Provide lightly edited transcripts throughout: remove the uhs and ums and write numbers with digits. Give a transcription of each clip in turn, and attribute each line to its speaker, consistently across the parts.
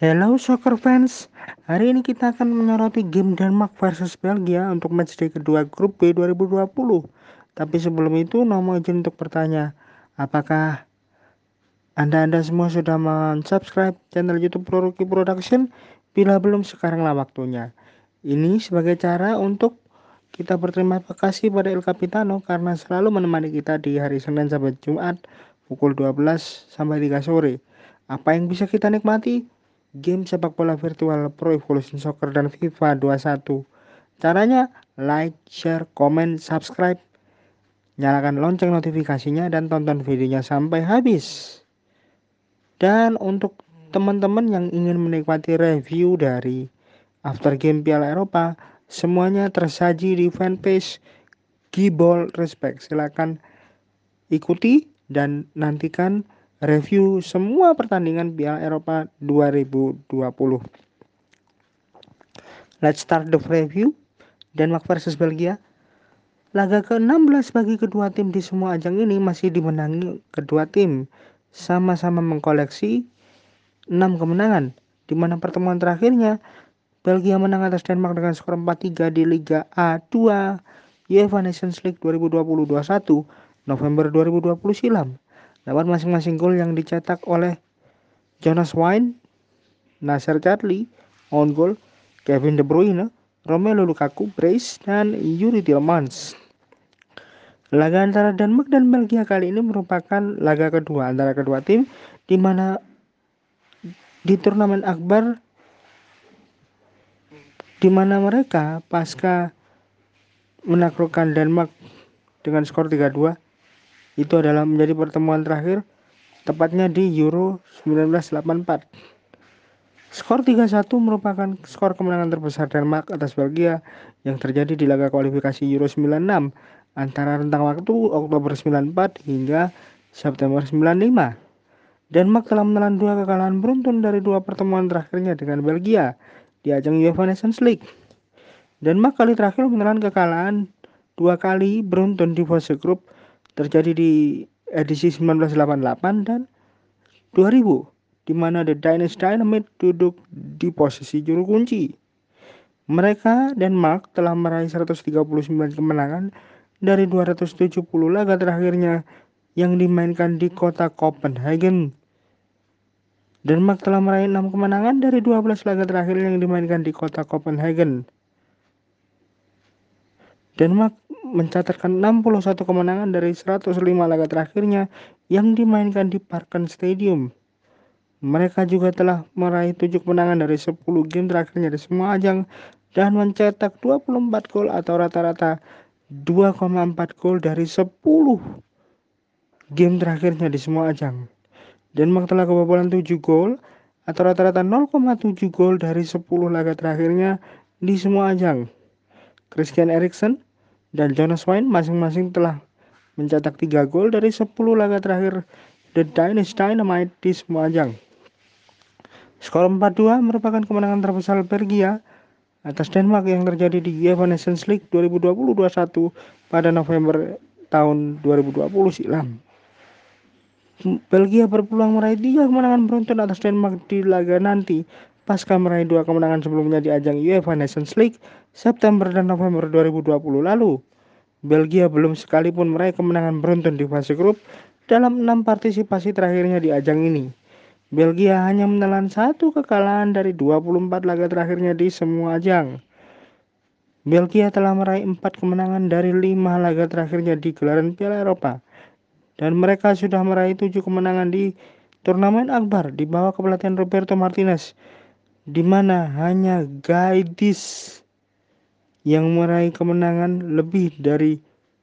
Speaker 1: Hello soccer fans, hari ini kita akan menyoroti game Denmark versus Belgia untuk matchday kedua grup B 2020. Tapi sebelum itu, mau izin untuk bertanya, apakah Anda semua sudah subscribe channel YouTube Proroki Production? Bila belum, sekaranglah waktunya. Ini sebagai cara untuk kita berterima kasih pada El Capitano karena selalu menemani kita di hari Senin sampai Jumat pukul 12 sampai 3 sore. Apa yang bisa kita nikmati? Game sepak bola virtual Pro Evolution Soccer dan FIFA 21. Caranya like, share, komen, subscribe, nyalakan lonceng notifikasinya dan tonton videonya sampai habis. Dan untuk teman-teman yang ingin menikmati review dari after game Piala Eropa, semuanya tersaji di fanpage Gibol Respect. Silakan ikuti dan nantikan review semua pertandingan Piala Eropa 2020. Let's start the review. Denmark versus Belgia. Laga ke-16 bagi kedua tim di semua ajang ini masih dimenangi kedua tim. Sama-sama mengkoleksi 6 kemenangan, di mana pertemuan terakhirnya Belgia menang atas Denmark dengan skor 4-3 di Liga A2 UEFA Nations League 2020-21 November 2020 silam. Dapat masing-masing gol yang dicetak oleh Jonas Wind, Nacer Chadli, own goal, Kevin De Bruyne, Romelu Lukaku, brace, dan Yuri Tielemans. Laga antara Denmark dan Belgia kali ini merupakan laga kedua antara kedua tim, di mana di turnamen akbar di mana mereka pasca menaklukkan Denmark dengan skor 3-2 itu adalah menjadi pertemuan terakhir tepatnya di Euro 1984. Skor 3-1 merupakan skor kemenangan terbesar Denmark atas Belgia yang terjadi di laga kualifikasi Euro 96 antara rentang waktu Oktober 94 hingga September 95. Denmark telah menelan 2 kekalahan beruntun dari 2 pertemuan terakhirnya dengan Belgia di ajang UEFA Nations League. Denmark kali terakhir menelan kekalahan 2 kali beruntun di fase grup terjadi di edisi 1988 dan 2000, di mana The Danish Dynamite duduk di posisi juru kunci. Mereka, Denmark, telah meraih 139 kemenangan dari 270 laga terakhirnya yang dimainkan di kota Copenhagen. Denmark telah meraih 6 kemenangan dari 12 laga terakhir yang dimainkan di kota Copenhagen. Denmark mencatatkan 61 kemenangan dari 105 laga terakhirnya yang dimainkan di Parken Stadium. Mereka juga telah meraih 7 kemenangan dari 10 game terakhirnya di semua ajang dan mencetak 24 gol atau rata-rata 2,4 gol dari 10 game terakhirnya di semua ajang. Denmark telah kebobolan 7 gol atau rata-rata 0,7 gol dari 10 laga terakhirnya di semua ajang. Christian Eriksen dan Jonas Wind masing-masing telah mencetak 3 gol dari 10 laga terakhir The Danish Dynamite di semua ajang. Skor 4-2 merupakan kemenangan terbesar Belgia atas Denmark yang terjadi di UEFA Nations League 2020-21 pada November tahun 2020 silam. Belgia berpeluang meraih 3 kemenangan beruntun atas Denmark di laga nanti pasca meraih 2 kemenangan sebelumnya di ajang UEFA Nations League September dan November 2020 lalu. Belgia belum sekalipun meraih kemenangan beruntun di fase grup dalam 6 partisipasi terakhirnya di ajang ini. Belgia hanya menelan 1 kekalahan dari 24 laga terakhirnya di semua ajang. Belgia telah meraih 4 kemenangan dari 5 laga terakhirnya di gelaran Piala Eropa. Dan mereka sudah meraih 7 kemenangan di turnamen akbar di bawah kepelatihan Roberto Martinez, di mana hanya Gaidis yang meraih kemenangan lebih dari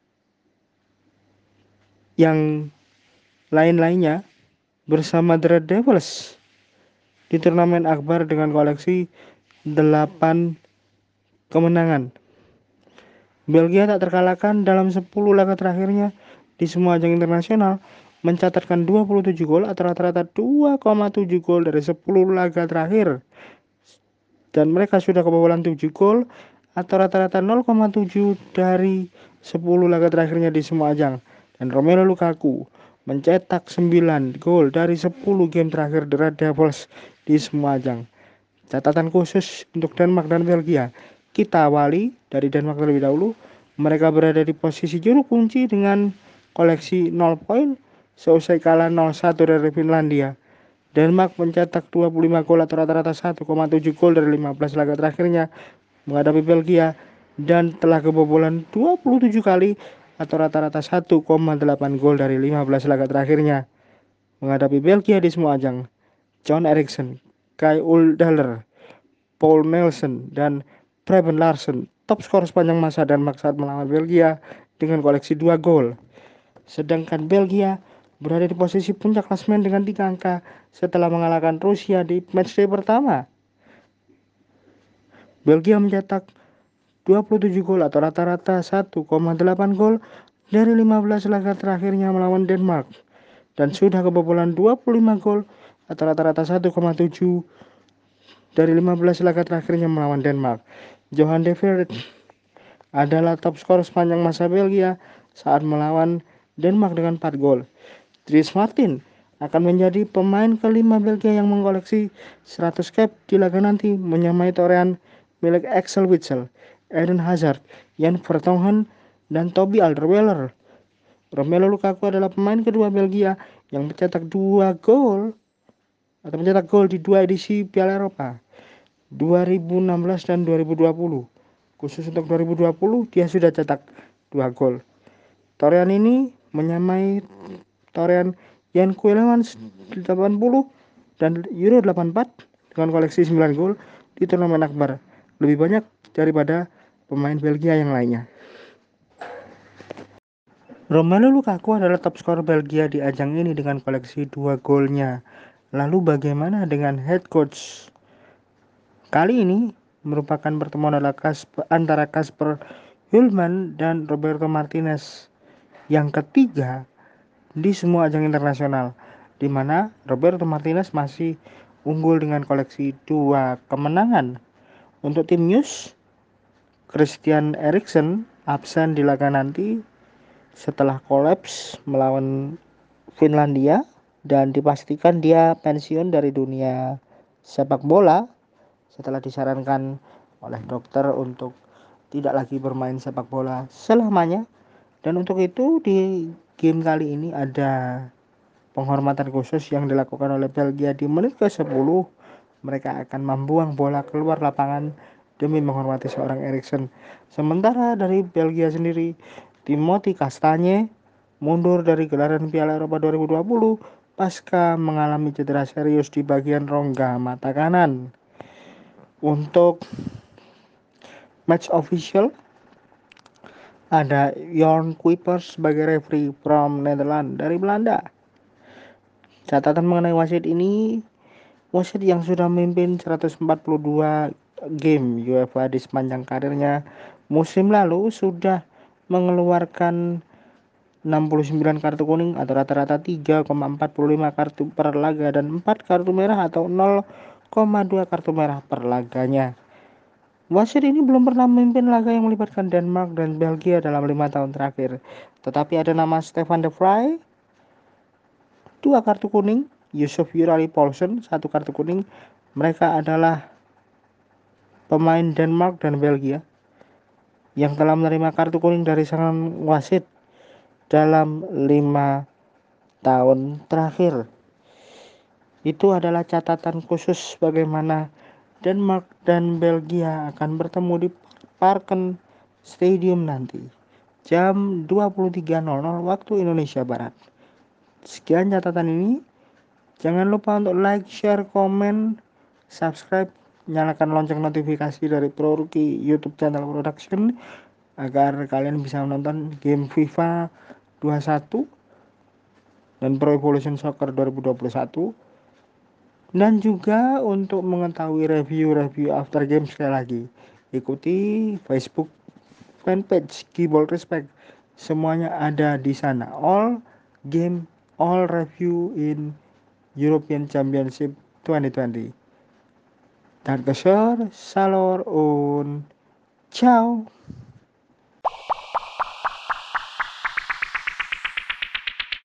Speaker 1: yang lain-lainnya bersama The Red Devils di turnamen akbar dengan koleksi 8 kemenangan. Belgia tak terkalahkan dalam 10 laga terakhirnya di semua ajang internasional, mencatatkan 27 gol atau rata-rata 2,7 gol dari 10 laga terakhir. Dan mereka sudah kebobolan 7 gol atau rata-rata 0,7 dari 10 laga terakhirnya di semua ajang. Dan Romelu Lukaku mencetak 9 gol dari 10 game terakhir The Red Devils di semua ajang. Catatan khusus untuk Denmark dan Belgia. Kita awali dari Denmark terlebih dahulu. Mereka berada di posisi juru kunci dengan koleksi 0 poin seusai kalah 0-1 dari Finlandia. Denmark mencetak 25 gol atau rata-rata 1,7 gol dari 15 laga terakhirnya menghadapi Belgia dan telah kebobolan 27 kali atau rata-rata 1,8 gol dari 15 laga terakhirnya menghadapi Belgia di semua ajang. John Eriksen, Kai Uldaler, Paul Nelson, dan Preben Larsen top skor sepanjang masa Denmark saat melawan Belgia dengan koleksi 2 gol. Sedangkan Belgia berada di posisi puncak klasemen dengan 3 angka setelah mengalahkan Rusia di matchday pertama. Belgia mencetak 27 gol atau rata-rata 1,8 gol dari 15 laga terakhirnya melawan Denmark dan sudah kebobolan 25 gol atau rata-rata 1,7 dari 15 laga terakhirnya melawan Denmark. Johan de Veer adalah top skor sepanjang masa Belgia saat melawan Denmark dengan 4 gol. Dries Martin akan menjadi pemain kelima Belgia yang mengoleksi 100 cap di laga nanti, menyamai torehan milik Axel Witsel, Eden Hazard, Jan Vertonghen, dan Toby Alderweireld. Romelu Lukaku adalah pemain kedua Belgia yang mencetak 2 gol atau mencetak gol di 2 edisi Piala Eropa 2016 dan 2020. Khusus untuk 2020 dia sudah cetak 2 gol. Torehan ini menyamai torehan Jan Koelemans 80 dan Euro 84 dengan koleksi 9 gol di turnamen akbar, lebih banyak daripada pemain Belgia yang lainnya. Romelu Lukaku adalah top skor Belgia di ajang ini dengan koleksi 2 golnya. Lalu bagaimana dengan head coach? Kali ini merupakan pertemuan antara Kasper Hjulmand dan Roberto Martinez yang ketiga di semua ajang internasional, di mana Roberto Martinez masih unggul dengan koleksi 2 kemenangan. Untuk tim News, Christian Eriksen absen di laga nanti setelah kolaps melawan Finlandia dan dipastikan dia pensiun dari dunia sepak bola setelah disarankan oleh dokter untuk tidak lagi bermain sepak bola selamanya. Dan untuk itu di game kali ini ada penghormatan khusus yang dilakukan oleh Belgia di menit ke-10. Mereka akan membuang bola keluar lapangan demi menghormati seorang Eriksen. Sementara dari Belgia sendiri, Timothy Castagne mundur dari gelaran Piala Eropa 2020 pasca mengalami cedera serius di bagian rongga mata kanan. Untuk match official ada Jorn Kuipers sebagai referee from Netherlands dari Belanda. Catatan mengenai wasit ini, wasit yang sudah memimpin 142 game UEFA di sepanjang karirnya musim lalu sudah mengeluarkan 69 kartu kuning atau rata-rata 3,45 kartu per laga dan 4 kartu merah atau 0,2 kartu merah per laganya. Wasit ini belum pernah memimpin laga yang melibatkan Denmark dan Belgia dalam 5 tahun terakhir. Tetapi ada nama Stefan de Vrij, 2 kartu kuning, Yusuf Jurali Paulsen, 1 kartu kuning. Mereka adalah pemain Denmark dan Belgia yang telah menerima kartu kuning dari sang wasit dalam 5 tahun terakhir. Itu adalah catatan khusus bagaimana Denmark dan Belgia akan bertemu di Parken Stadium nanti jam 23.00 waktu Indonesia Barat. Sekian catatan ini. Jangan lupa untuk like, share, komen, subscribe, nyalakan lonceng notifikasi dari Pro Rookie YouTube channel production agar kalian bisa menonton game FIFA 21 dan Pro Evolution Soccer 2021. Dan juga untuk mengetahui review after game sekali lagi, ikuti Facebook fanpage Keyboard Respect. Semuanya ada di sana. All game, all review in European Championship 2020. Danke schön, Salor und ciao.